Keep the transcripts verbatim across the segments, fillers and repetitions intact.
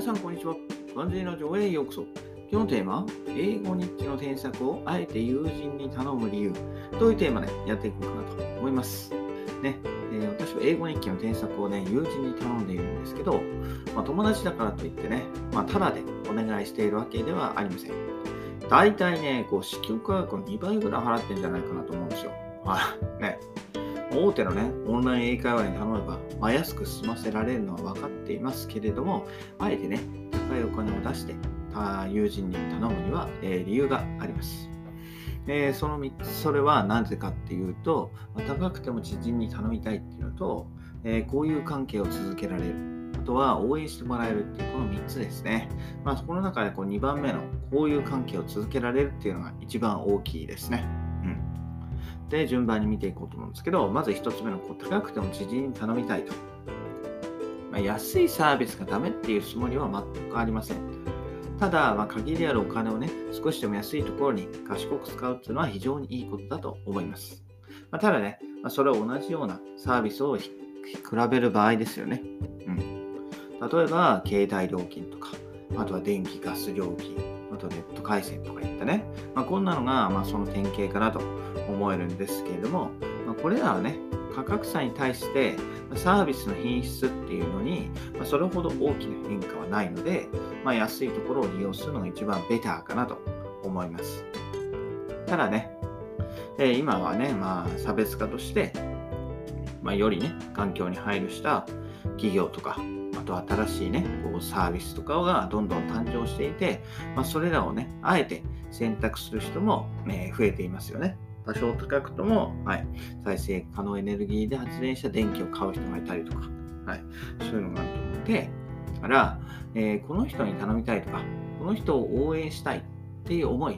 さん、こんにちは。漢字の上へようこそ。今日のテーマ、英語日記の添削をあえて友人に頼む理由というテーマでやっていこうかなと思います。ねえー、私は英語日記の添削をね、友人に頼んでいるんですけど、まあ、友達だからといってね、まあ、ただでお願いしているわけではありません。大体ね、こう支給価格のにばいぐらい払ってるんじゃないかなと思うんですよ。はい。ね。大手のね、オンライン英会話に頼めば、まあ、安く済ませられるのは分かっていますけれども、あえてね、高いお金を出して他友人に頼むには、えー理由があります。えーそのみっつ、それはなぜかっていうと、まあ高くても知人に頼みたいっていうのと、えー交友関係を続けられる。あとは応援してもらえるっていうこのみっつですね。まあ、この中でこうにばんめの交友関係を続けられるっていうのが一番大きいですね。うん。で、順番に見ていこうと思うんですけど、まずひとつめのこう高くても知人に頼みたいと。まあ、安いサービスがダメっていうつもりは全くありません。ただ、まあ、限りあるお金をね、少しでも安いところに賢く使うっていうのは非常にいいことだと思います。まあ、ただね、まあ、それは同じようなサービスを比べる場合ですよね。うん。例えば、携帯料金とか、あとは電気、ガス料金、あとネット回線とかいったね、まあ、こんなのが、まあ、その典型かなと思えるんですけれども、まあ、これらはね、価格差に対してサービスの品質っていうのに、まあ、それほど大きな変化はないので、まあ、安いところを利用するのが一番ベターかなと思います。ただね、えー今はね、まあ、差別化として、まあ、よりね、環境に配慮した企業とか、あと新しいね、こうサービスとかがどんどん誕生していて、まあ、それらをね、あえて選択する人も、えー増えていますよね。多少高くとも、はい、再生可能エネルギーで発電した電気を買う人がいたりとか、はい、そういうのがあると思って、だから、えーこの人に頼みたいとか、この人を応援したいっていう思い、うん、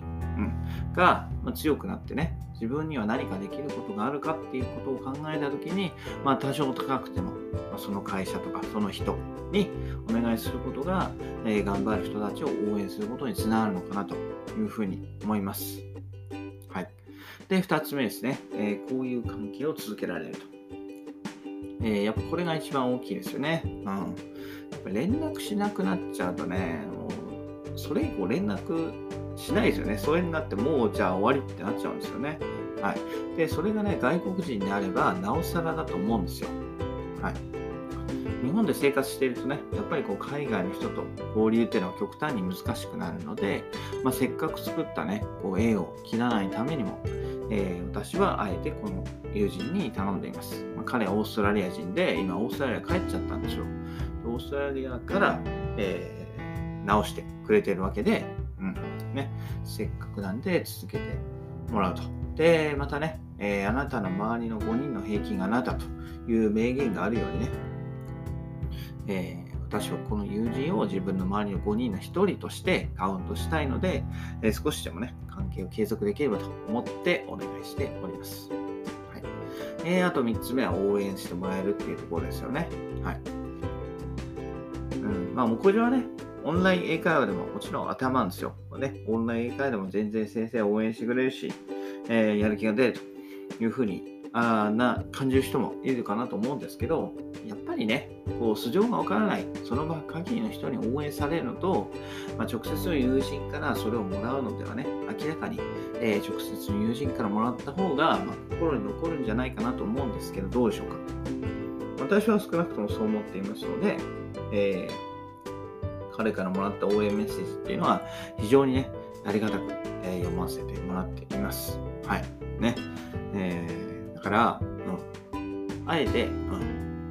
が、まあ、強くなってね、自分には何かできることがあるかっていうことを考えたときに、まあ、多少高くても、まあ、その会社とかその人にお願いすることが、えー頑張る人たちを応援することにつながるのかなというふうに思います。はい。で、二つ目ですね、えーこういう関係を続けられると。えーやっぱこれが一番大きいですよね。うん。やっぱ連絡しなくなっちゃうとね、もうそれ以降連絡しないですよね。疎遠になってもうじゃあ終わりってなっちゃうんですよね。はい。で、それがね、外国人であればなおさらだと思うんですよ。はい。日本で生活しているとね、やっぱりこう海外の人と交流っていうのは極端に難しくなるので、まあ、せっかく作ったね、こう絵を切らないためにも、えー私はあえてこの友人に頼んでいます。まあ、彼はオーストラリア人で、今オーストラリア帰っちゃったんですよ。オーストラリアから、えー直してくれてるわけで、うんね、せっかくなんで続けてもらうと。で、またね、えーあなたの周りのごにんの平均があなたという名言があるようにね、えー私はこの友人を自分の周りのごにんのひとりとしてカウントしたいので、えー少しでもね、関係を継続できればと思ってお願いしております。はい。えーあとみっつめは応援してもらえるっていうところですよね。はい。うん。まあ、もうこれはね、オンライン英会話でももちろん当てはまるんですよ。ね、オンライン英会話でも全然先生を応援してくれるし、えーやる気が出るというふうに、あーな感じる人もいるかなと思うんですけど、やっぱりね、こう素性がわからない、その場限りの人に応援されるのと、まあ、直接の友人からそれをもらうのではね、明らかに、えー直接の友人からもらった方が、まあ、心に残るんじゃないかなと思うんですけど、どうでしょうか。私は少なくともそう思っていますので、えー彼からもらった応援メッセージっていうのは非常にね、ありがたく、えー読ませてもらっています。はい。ね。えーだから、うん、あえて、うん、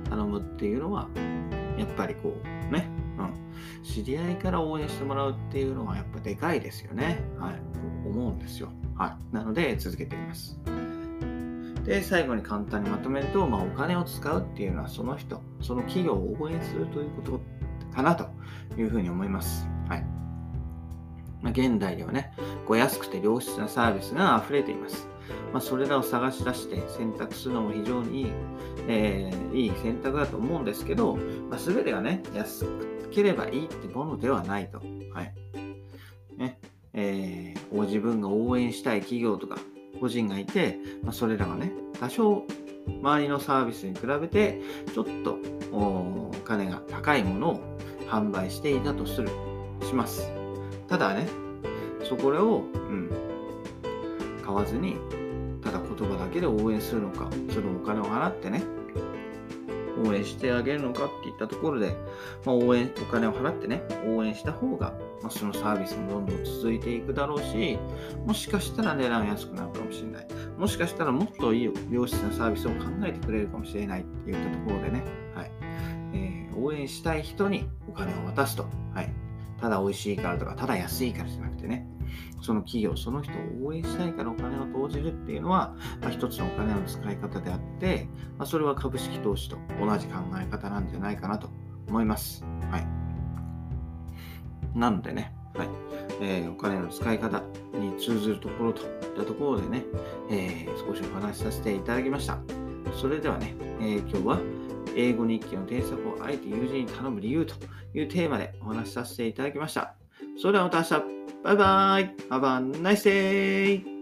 頼むっていうのは、やっぱりこう、ね、うん、知り合いから応援してもらうっていうのはやっぱでかいですよね。はい。と思うんですよ。はい。なので、続けています。で、最後に簡単にまとめると、まあ、お金を使うっていうのはその人、その企業を応援するということかなというふうに思います。はい。まあ、現代ではね、こう安くて良質なサービスが溢れています。まあ、それらを探し出して選択するのも非常にいい、えーいい選択だと思うんですけど、まあ、全てがね、安ければいいってものではないと。はい。ね。えー自分が応援したい企業とか個人がいて、まあ、それらがね、多少周りのサービスに比べてちょっとお金が高いものを、 販売していたとする、します。ただね、そこを、うん、買わずに、ただ言葉だけで応援するのか、そのお金を払ってね、応援してあげるのかっていったところで、まあ、応援、お金を払ってね、応援した方が、まあ、そのサービスもどんどん続いていくだろうし、もしかしたら値段安くなるかもしれない。もしかしたらもっといい良質なサービスを考えてくれるかもしれないっていったところでね、はい。えー、応援したい人にお金を渡すと。はい。ただ美味しいからとか、ただ安いからじゃなくてね、その企業、その人を応援したいからお金を投じるっていうのは、まあ、一つのお金の使い方であって、まあ、それは株式投資と同じ考え方なんじゃないかなと思います。はい。なのでね、はい。えー、お金の使い方に通ずるところといったところでね、えー、少しお話しさせていただきました。それではね、えー、今日は英語日記の添削をあえて友人に頼む理由というテーマでお話しさせていただきました。それではまた明日。バイバイ。Have a nice day.